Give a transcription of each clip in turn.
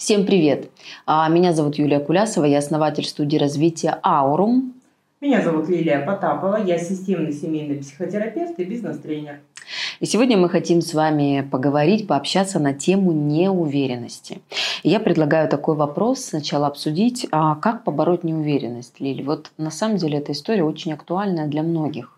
Всем привет! Меня зовут Юлия Кулясова, я основатель студии развития «Аурум». Меня зовут Лилия Потапова, я системный семейный психотерапевт и бизнес-тренер. И сегодня мы хотим с вами поговорить, пообщаться на тему неуверенности. И я предлагаю такой вопрос сначала обсудить, как побороть неуверенность, Лили. Вот на самом деле эта история очень актуальная для многих.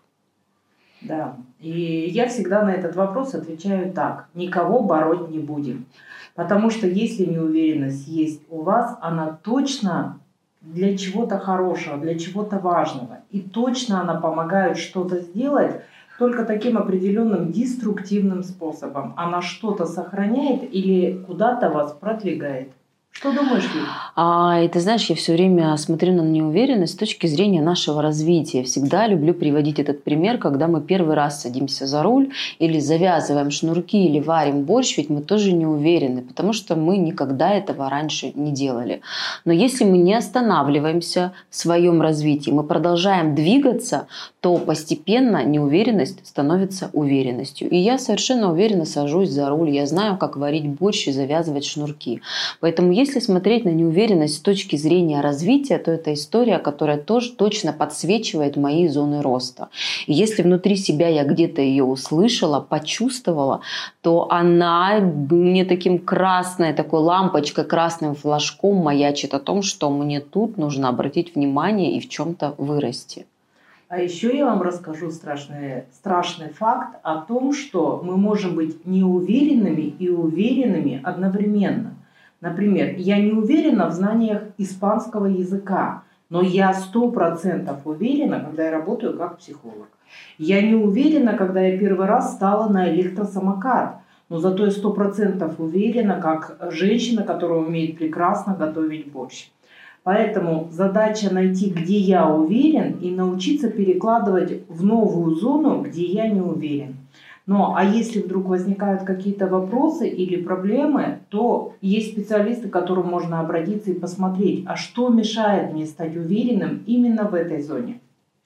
Да, и я всегда на этот вопрос отвечаю так: никого бороть не будем. Потому что если неуверенность есть у вас, она точно для чего-то хорошего, для чего-то важного. И точно она помогает что-то сделать только таким определенным деструктивным способом. Она что-то сохраняет или куда-то вас продвигает. Что думаешь, Юля? И ты знаешь, я все время смотрю на неуверенность с точки зрения нашего развития. Всегда люблю приводить этот пример, когда мы первый раз садимся за руль или завязываем шнурки или варим борщ, ведь мы тоже не уверены, потому что мы никогда этого раньше не делали. Но если мы не останавливаемся в своем развитии, мы продолжаем двигаться, то постепенно неуверенность становится уверенностью. И я совершенно уверенно сажусь за руль, я знаю, как варить борщ и завязывать шнурки. Поэтому если смотреть на неуверенность с точки зрения развития, то это история, которая тоже точно подсвечивает мои зоны роста. И если внутри себя я где-то ее услышала, почувствовала, то она мне таким красной, такой лампочкой, красным флажком маячит о том, что мне тут нужно обратить внимание и в чем-то вырасти. А еще я вам расскажу страшный факт о том, что мы можем быть неуверенными и уверенными одновременно. Например, я не уверена в знаниях испанского языка, но я 100% уверена, когда я работаю как психолог. Я не уверена, когда я первый раз стала на электросамокат, но зато я 100% уверена, как женщина, которая умеет прекрасно готовить борщ. Поэтому задача найти, где я уверен, и научиться перекладывать в новую зону, где я не уверен. А если вдруг возникают какие-то вопросы или проблемы, то есть специалисты, к которым можно обратиться и посмотреть, а что мешает мне стать уверенным именно в этой зоне.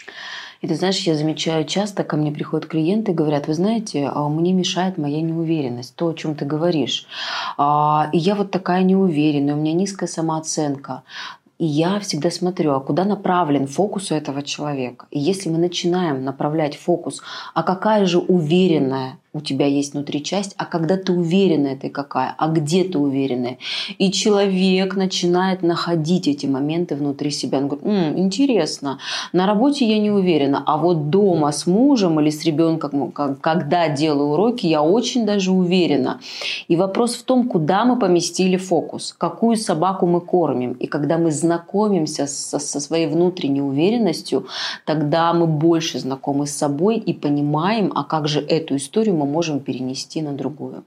И ты знаешь, я замечаю часто, ко мне приходят клиенты и говорят: вы знаете, мне мешает моя неуверенность, то, о чем ты говоришь. И я вот такая неуверенная, у меня низкая самооценка. И я всегда смотрю, а куда направлен фокус у этого человека. И если мы начинаем направлять фокус, а какая же уверенная у тебя есть внутри часть, а когда ты уверена, ты какая, а где ты уверенная. И человек начинает находить эти моменты внутри себя. Он говорит: интересно, на работе я не уверена, а вот дома с мужем или с ребенком, когда делаю уроки, я очень даже уверена. И вопрос в том, куда мы поместили фокус, какую собаку мы кормим. И когда мы знакомимся со своей внутренней уверенностью, тогда мы больше знакомы с собой и понимаем, а как же эту историю мы можем перенести на другую.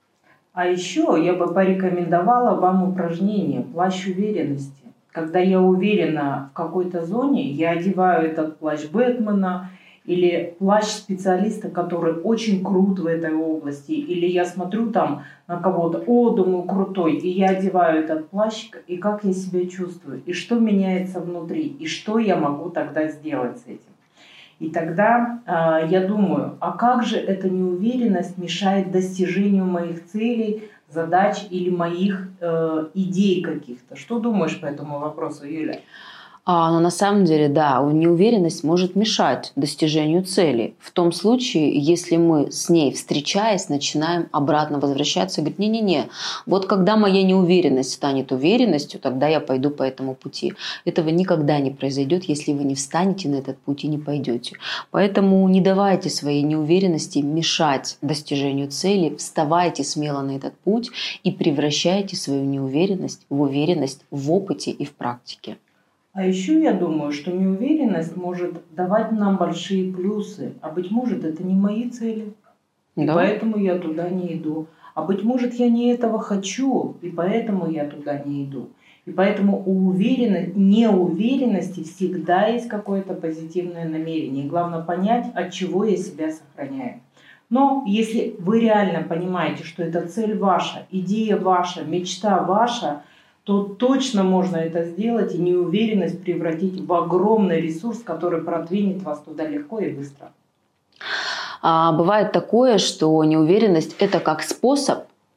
А еще я бы порекомендовала вам упражнение «Плащ уверенности». Когда я уверена в какой-то зоне, я одеваю этот плащ Бэтмена или плащ специалиста, который очень крут в этой области, или я смотрю там на кого-то, думаю, крутой, и я одеваю этот плащ, и как я себя чувствую, и что меняется внутри, и что я могу тогда сделать с этим. И тогда я думаю, а как же эта неуверенность мешает достижению моих целей, задач или моих идей каких-то? Что думаешь по этому вопросу, Юля? Но на самом деле, да, неуверенность может мешать достижению цели. В том случае, если мы с ней, встречаясь, начинаем обратно возвращаться и говорить: не-не-не, вот когда моя неуверенность станет уверенностью, тогда я пойду по этому пути. Этого никогда не произойдет, если вы не встанете на этот путь и не пойдете. Поэтому не давайте своей неуверенности мешать достижению цели, вставайте смело на этот путь и превращайте свою неуверенность в уверенность в опыте и в практике. А еще я думаю, что неуверенность может давать нам большие плюсы, а быть может, это не мои цели, и поэтому я туда не иду. А быть может, я не этого хочу, и поэтому я туда не иду. И поэтому у неуверенности всегда есть какое-то позитивное намерение. И главное понять, от чего я себя сохраняю. Но если вы реально понимаете, что это цель ваша, идея ваша, мечта ваша, то точно можно это сделать и неуверенность превратить в огромный ресурс, который продвинет вас туда легко и быстро. Бывает такое, что неуверенность – это как способ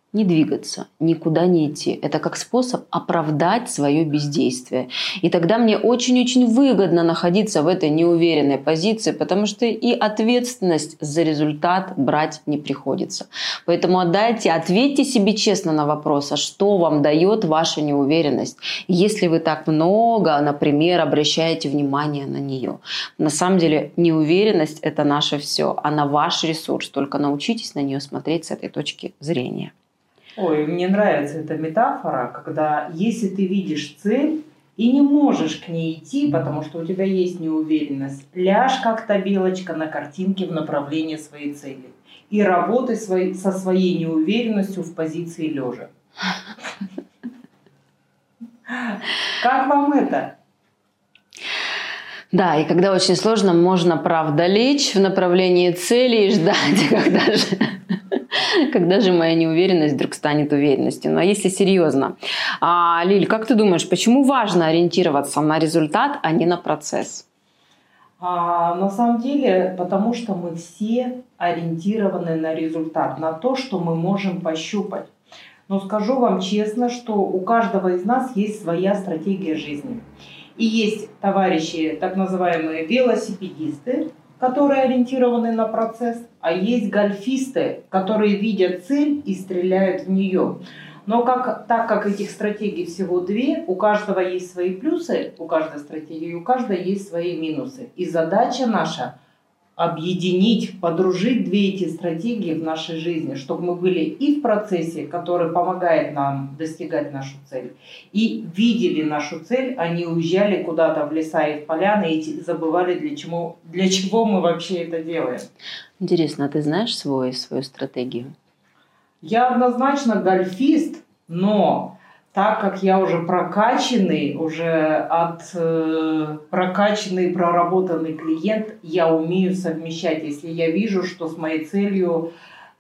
не двигаться, никуда не идти. Это как способ оправдать свое бездействие. И тогда мне очень-очень выгодно находиться в этой неуверенной позиции, потому что и ответственность за результат брать не приходится. Поэтому ответьте себе честно на вопрос, а что вам дает ваша неуверенность, если вы так много, например, обращаете внимание на нее. На самом деле неуверенность – это наше все, она ваш ресурс, только научитесь на нее смотреть с этой точки зрения. Ой, мне нравится эта метафора, когда если ты видишь цель и не можешь к ней идти, потому что у тебя есть неуверенность, ляжь как та белочка на картинке в направлении своей цели и работай со своей неуверенностью в позиции лежа. Как вам это? Да, и когда очень сложно, можно, правда, лечь в направлении цели и ждать, когда же моя неуверенность вдруг станет уверенностью. Ну а если серьезно, Лиль, как ты думаешь, почему важно ориентироваться на результат, а не на процесс? На самом деле, потому что мы все ориентированы на результат, на то, что мы можем пощупать. Но скажу вам честно, что у каждого из нас есть своя стратегия жизни. И есть товарищи, так называемые велосипедисты, которые ориентированы на процесс, а есть гольфисты, которые видят цель и стреляют в нее. Но так как этих стратегий всего две, у каждого есть свои плюсы, у каждой стратегии, у каждой есть свои минусы. И задача наша объединить, подружить две эти стратегии в нашей жизни, чтобы мы были и в процессе, который помогает нам достигать нашу цель, и видели нашу цель, а не уезжали куда-то в леса и в поляны и забывали, для чего мы вообще это делаем. Интересно, а ты знаешь свою стратегию? Я однозначно гольфист, но так как я уже прокачанный, прокачанный, проработанный клиент, я умею совмещать, если я вижу, что с моей целью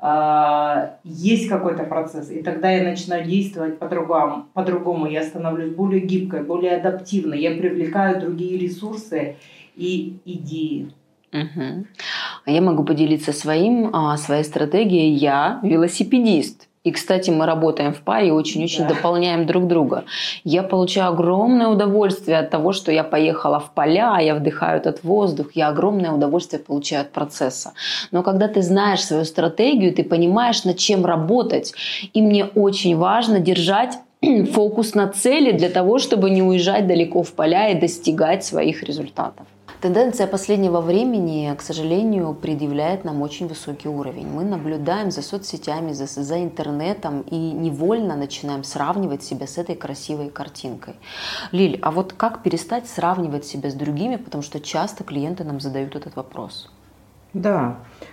есть какой-то процесс, и тогда я начинаю действовать по-другому, я становлюсь более гибкой, более адаптивной, я привлекаю другие ресурсы и идеи. Угу. Я могу поделиться своей стратегией. Я велосипедист. И, кстати, мы работаем в паре и очень-очень дополняем друг друга. Я получаю огромное удовольствие от того, что я поехала в поля, я вдыхаю этот воздух, я огромное удовольствие получаю от процесса. Но когда ты знаешь свою стратегию, ты понимаешь, над чем работать. И мне очень важно держать фокус на цели для того, чтобы не уезжать далеко в поля и достигать своих результатов. Тенденция последнего времени, к сожалению, предъявляет нам очень высокий уровень. Мы наблюдаем за соцсетями, за интернетом и невольно начинаем сравнивать себя с этой красивой картинкой. Лиль, а вот как перестать сравнивать себя с другими, потому что часто клиенты нам задают этот вопрос? Да.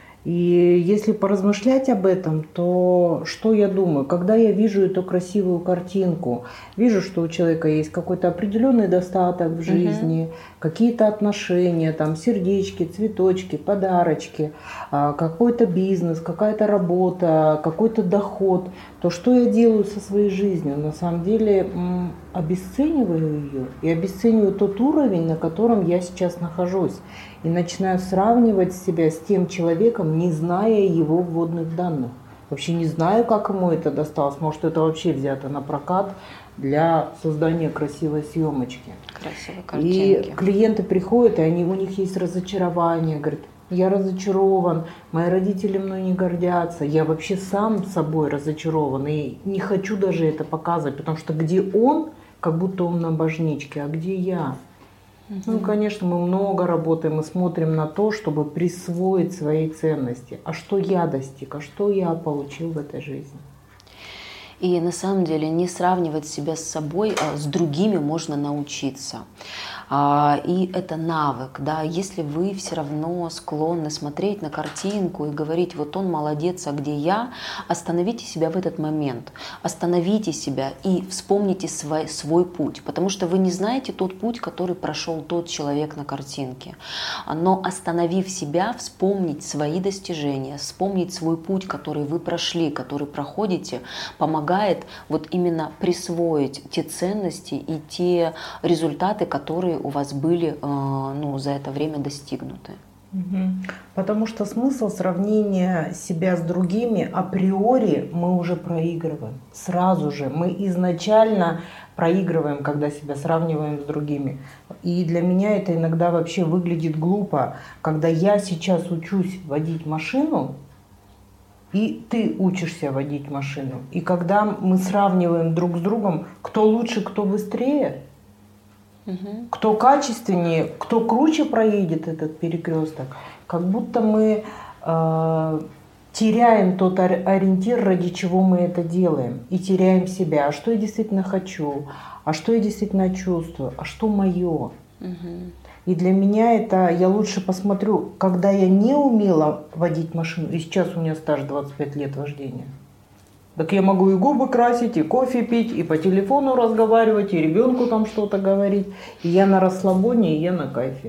И если поразмышлять об этом, то что я думаю? Когда я вижу эту красивую картинку, вижу, что у человека есть какой-то определенный достаток в жизни, какие-то отношения, там сердечки, цветочки, подарочки, какой-то бизнес, какая-то работа, какой-то доход, то что я делаю со своей жизнью? На самом деле обесцениваю ее и обесцениваю тот уровень, на котором я сейчас нахожусь. И начинаю сравнивать себя с тем человеком, не зная его вводных данных. Вообще не знаю, как ему это досталось. Может, это вообще взято на прокат для создания красивой съемочки. Красивой картинки. И клиенты приходят, и у них есть разочарование. Говорят, я разочарован, мои родители мной не гордятся, я вообще сам собой разочарован. И не хочу даже это показывать, потому что где он, как будто он на божничке, а где я? Ну, конечно, мы много работаем и смотрим на то, чтобы присвоить свои ценности. А что я достиг, а что я получил в этой жизни? И на самом деле не сравнивать себя с собой, а с другими можно научиться. И это навык, да, если вы все равно склонны смотреть на картинку и говорить, вот он молодец, а где я, остановите себя в этот момент, остановите себя и вспомните свой путь, потому что вы не знаете тот путь, который прошел тот человек на картинке, но остановив себя, вспомнить свои достижения, вспомнить свой путь, который вы прошли, который проходите, помогает вот именно присвоить те ценности и те результаты, которые у вас были за это время достигнуты. Потому что смысл сравнения себя с другими априори мы уже проигрываем. Сразу же мы изначально проигрываем, когда себя сравниваем с другими. И для меня это иногда вообще выглядит глупо, когда я сейчас учусь водить машину, и ты учишься водить машину. И когда мы сравниваем друг с другом, кто лучше, кто быстрее, кто качественнее, кто круче проедет этот перекресток, как будто мы теряем тот ориентир, ради чего мы это делаем, и теряем себя. А что я действительно хочу? А что я действительно чувствую? А что мое? И для меня это, я лучше посмотрю, когда я не умела водить машину, и сейчас у меня стаж 25 лет вождения. Так я могу и губы красить, и кофе пить, и по телефону разговаривать, и ребенку там что-то говорить. И я на расслабоне, и я на кайфе.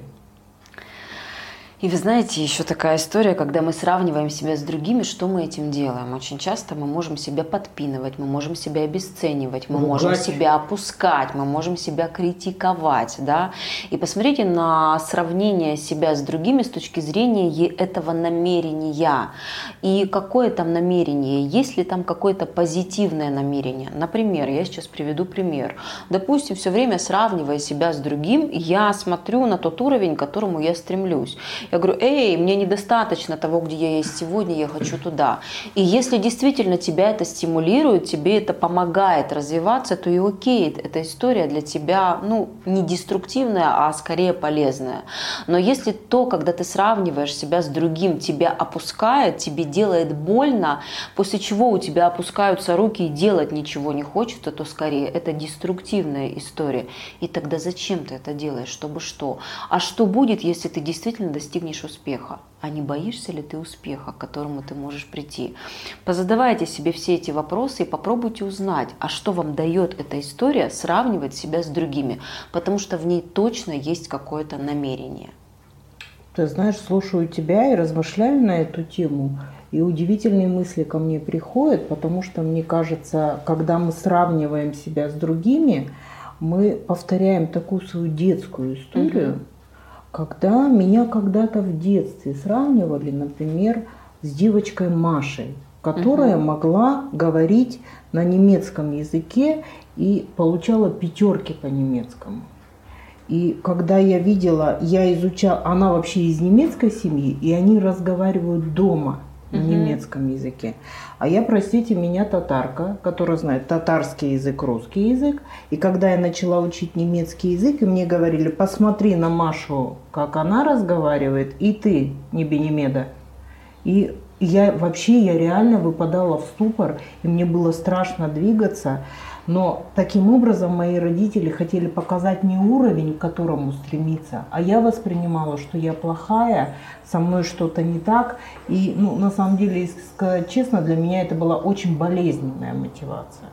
И вы знаете, еще такая история, когда мы сравниваем себя с другими, что мы этим делаем? Очень часто мы можем себя подпинывать, мы можем себя обесценивать, мы можем себя опускать, мы можем себя критиковать. Да? И посмотрите на сравнение себя с другими с точки зрения этого намерения. И какое там намерение? Есть ли там какое-то позитивное намерение? Например, я сейчас приведу пример. Допустим, все время сравнивая себя с другим, я смотрю на тот уровень, к которому я стремлюсь. Я говорю, эй, мне недостаточно того, где я есть сегодня, я хочу туда. И если действительно тебя это стимулирует, тебе это помогает развиваться, то и окей, эта история для тебя, не деструктивная, а скорее полезная. Но если то, когда ты сравниваешь себя с другим, тебя опускает, тебе делает больно, после чего у тебя опускаются руки и делать ничего не хочется, то скорее это деструктивная история. И тогда зачем ты это делаешь? Чтобы что? А что будет, если ты действительно достигнешь успеха? А не боишься ли ты успеха, к которому ты можешь прийти? Позадавайте себе все эти вопросы и попробуйте узнать, а что вам дает эта история сравнивать себя с другими, потому что в ней точно есть какое-то намерение. Ты знаешь, слушаю тебя и размышляю на эту тему, и удивительные мысли ко мне приходят, потому что мне кажется, когда мы сравниваем себя с другими, мы повторяем такую свою детскую историю, когда меня когда-то в детстве сравнивали, например, с девочкой Машей, которая могла говорить на немецком языке и получала 5 по немецкому. И когда я видела, я изучала, она вообще из немецкой семьи, и они разговаривают дома на немецком языке. А я, простите меня, татарка, которая знает татарский язык, русский язык. И когда я начала учить немецкий язык, и мне говорили, посмотри на Машу, как она разговаривает, и ты, не Бенемеда. И я реально выпадала в ступор, и мне было страшно двигаться. Но таким образом мои родители хотели показать не уровень, к которому стремиться, а я воспринимала, что я плохая, со мной что-то не так. И на самом деле, если сказать честно, для меня это была очень болезненная мотивация.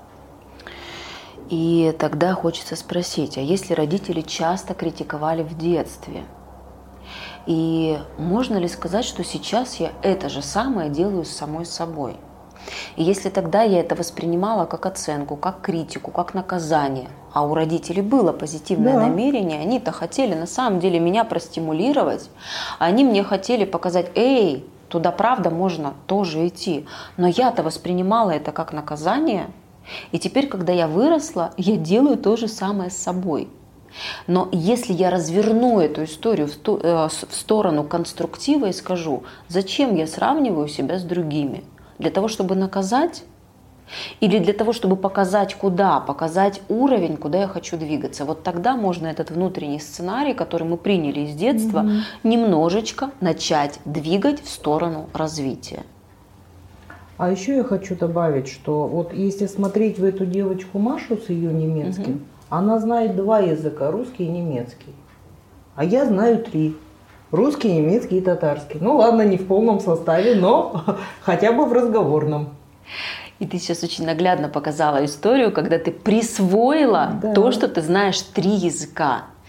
И тогда хочется спросить, а если родители часто критиковали в детстве? И можно ли сказать, что сейчас я это же самое делаю с самой собой? И если тогда я это воспринимала как оценку, как критику, как наказание, а у родителей было позитивное намерение, они-то хотели на самом деле меня простимулировать, они мне хотели показать, эй, туда правда можно тоже идти. Но я-то воспринимала это как наказание, и теперь, когда я выросла, я делаю то же самое с собой. Но если я разверну эту историю в сторону конструктива и скажу, зачем я сравниваю себя с другими? Для того, чтобы наказать? Или для того, чтобы показать куда? Показать уровень, куда я хочу двигаться. Вот тогда можно этот внутренний сценарий, который мы приняли из детства, немножечко начать двигать в сторону развития. А еще я хочу добавить, что вот если смотреть в эту девочку Машу с ее немецким, она знает 2 языка, русский и немецкий. А я знаю 3. Русский, немецкий и татарский. Ну ладно, не в полном составе, но хотя бы в разговорном. И ты сейчас очень наглядно показала историю, когда ты присвоила то, что ты знаешь 3 языка.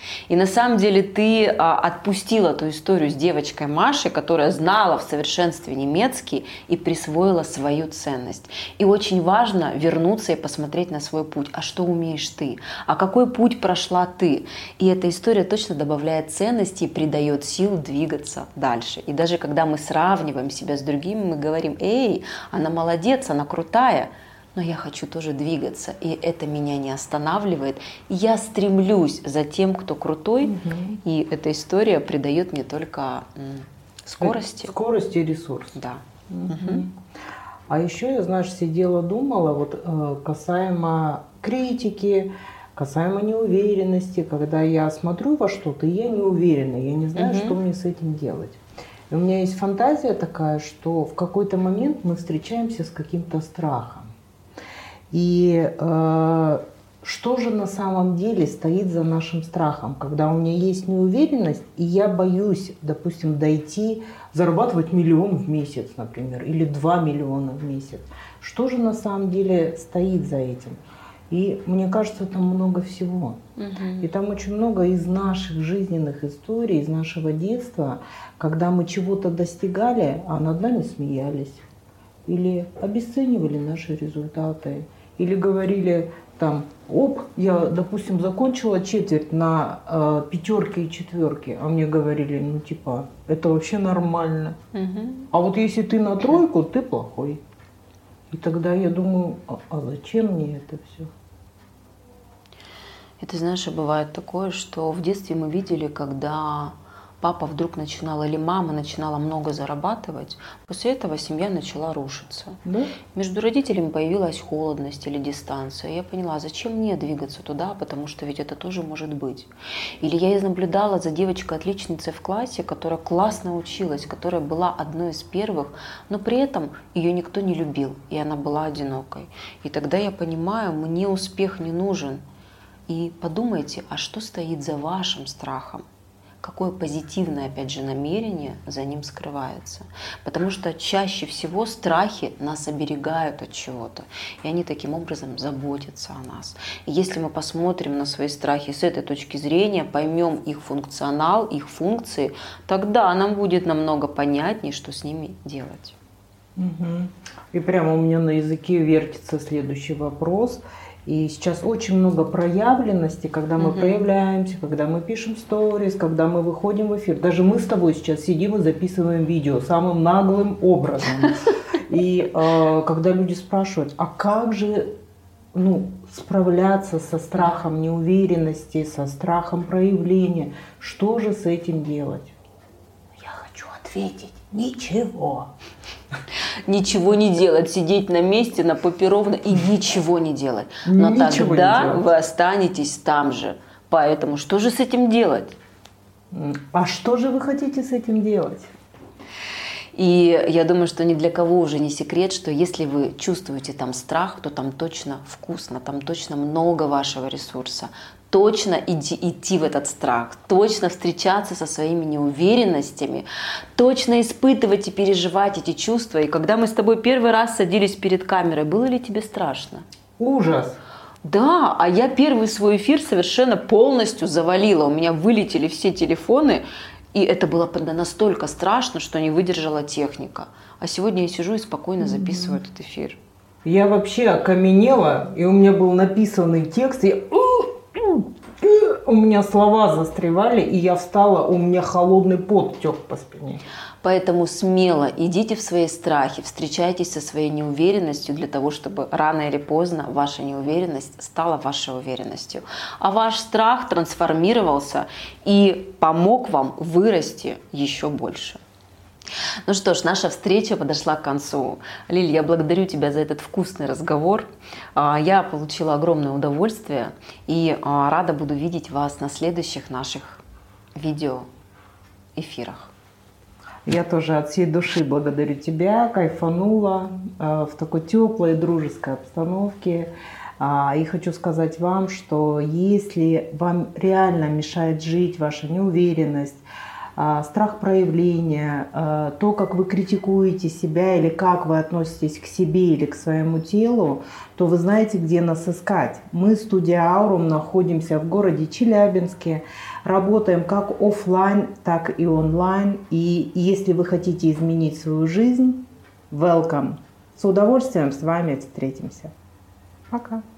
И на самом деле ты отпустила ту историю с девочкой Машей, которая знала в совершенстве немецкий и присвоила свою ценность. И очень важно вернуться и посмотреть на свой путь. А что умеешь ты? А какой путь прошла ты? И эта история точно добавляет ценности и придает сил двигаться дальше. И даже когда мы сравниваем себя с другими, мы говорим: эй, она молодец, она крутая. Но я хочу тоже двигаться, и это меня не останавливает. Я стремлюсь за тем, кто крутой, и эта история придает мне только скорости. Скорости и ресурс. Да. А еще я, знаешь, сидела, думала, вот касаемо критики, касаемо неуверенности, когда я смотрю во что-то, и я не уверена, я не знаю, что мне с этим делать. И у меня есть фантазия такая, что в какой-то момент мы встречаемся с каким-то страхом. И что же на самом деле стоит за нашим страхом, когда у меня есть неуверенность, и я боюсь, допустим, дойти, зарабатывать 1 миллион в месяц, например, или 2 миллиона в месяц. Что же на самом деле стоит за этим? И мне кажется, там много всего. И там очень много из наших жизненных историй, из нашего детства, когда мы чего-то достигали, а над нами смеялись. Или обесценивали наши результаты. Или говорили там: оп, я, допустим, закончила четверть на 5 и 4, а мне говорили: ну типа, это вообще нормально. А вот если ты на 3, ты плохой. И тогда я думаю, а зачем мне это все? И ты знаешь, бывает такое, что в детстве мы видели, когда папа вдруг начинал или мама начинала много зарабатывать, после этого семья начала рушиться. Да? Между родителями появилась холодность или дистанция. Я поняла, зачем мне двигаться туда, потому что ведь это тоже может быть. Или я наблюдала за девочкой-отличницей в классе, которая классно училась, которая была одной из первых, но при этом ее никто не любил, и она была одинокой. И тогда я понимаю, мне успех не нужен. И подумайте, а что стоит за вашим страхом? Какое позитивное, опять же, намерение за ним скрывается. Потому что чаще всего страхи нас оберегают от чего-то. И они таким образом заботятся о нас. И если мы посмотрим на свои страхи с этой точки зрения, поймем их функционал, их функции, тогда нам будет намного понятнее, что с ними делать. И прямо у меня на языке вертится следующий вопрос. И сейчас очень много проявленности, когда мы проявляемся, когда мы пишем сторис, когда мы выходим в эфир. Даже мы с тобой сейчас сидим и записываем видео самым наглым образом. И когда люди спрашивают, а как же справляться со страхом неуверенности, со страхом проявления, что же с этим делать? Я хочу ответить: ничего. Ничего не делать, сидеть на месте, на попе ровно и ничего не делать. Но ничего тогда вы останетесь там же. Поэтому что же с этим делать? А что же вы хотите с этим делать? И я думаю, что ни для кого уже не секрет, что если вы чувствуете там страх, то там точно вкусно, там точно много вашего ресурса. Точно идти в этот страх, точно встречаться со своими неуверенностями, точно испытывать и переживать эти чувства. И когда мы с тобой первый раз садились перед камерой, было ли тебе страшно? Ужас! Да, а я первый свой эфир совершенно полностью завалила. У меня вылетели все телефоны, и это было настолько страшно, что не выдержала техника. А сегодня я сижу и спокойно записываю этот эфир. Я вообще окаменела, и у меня был написанный текст, и у меня слова застревали, и я встала, у меня холодный пот тек по спине. Поэтому смело идите в свои страхи, встречайтесь со своей неуверенностью для того, чтобы рано или поздно ваша неуверенность стала вашей уверенностью. А ваш страх трансформировался и помог вам вырасти еще больше. Ну что ж, наша встреча подошла к концу. Лиль, я благодарю тебя за этот вкусный разговор. Я получила огромное удовольствие и рада буду видеть вас на следующих наших видеоэфирах. Я тоже от всей души благодарю тебя, кайфанула в такой теплой дружеской обстановке. И хочу сказать вам, что если вам реально мешает жить ваша неуверенность, страх проявления, то, как вы критикуете себя или как вы относитесь к себе или к своему телу, то вы знаете, где нас искать. Мы, студия Aurum, находимся в городе Челябинске, работаем как офлайн, так и онлайн. И если вы хотите изменить свою жизнь, welcome. С удовольствием с вами встретимся. Пока.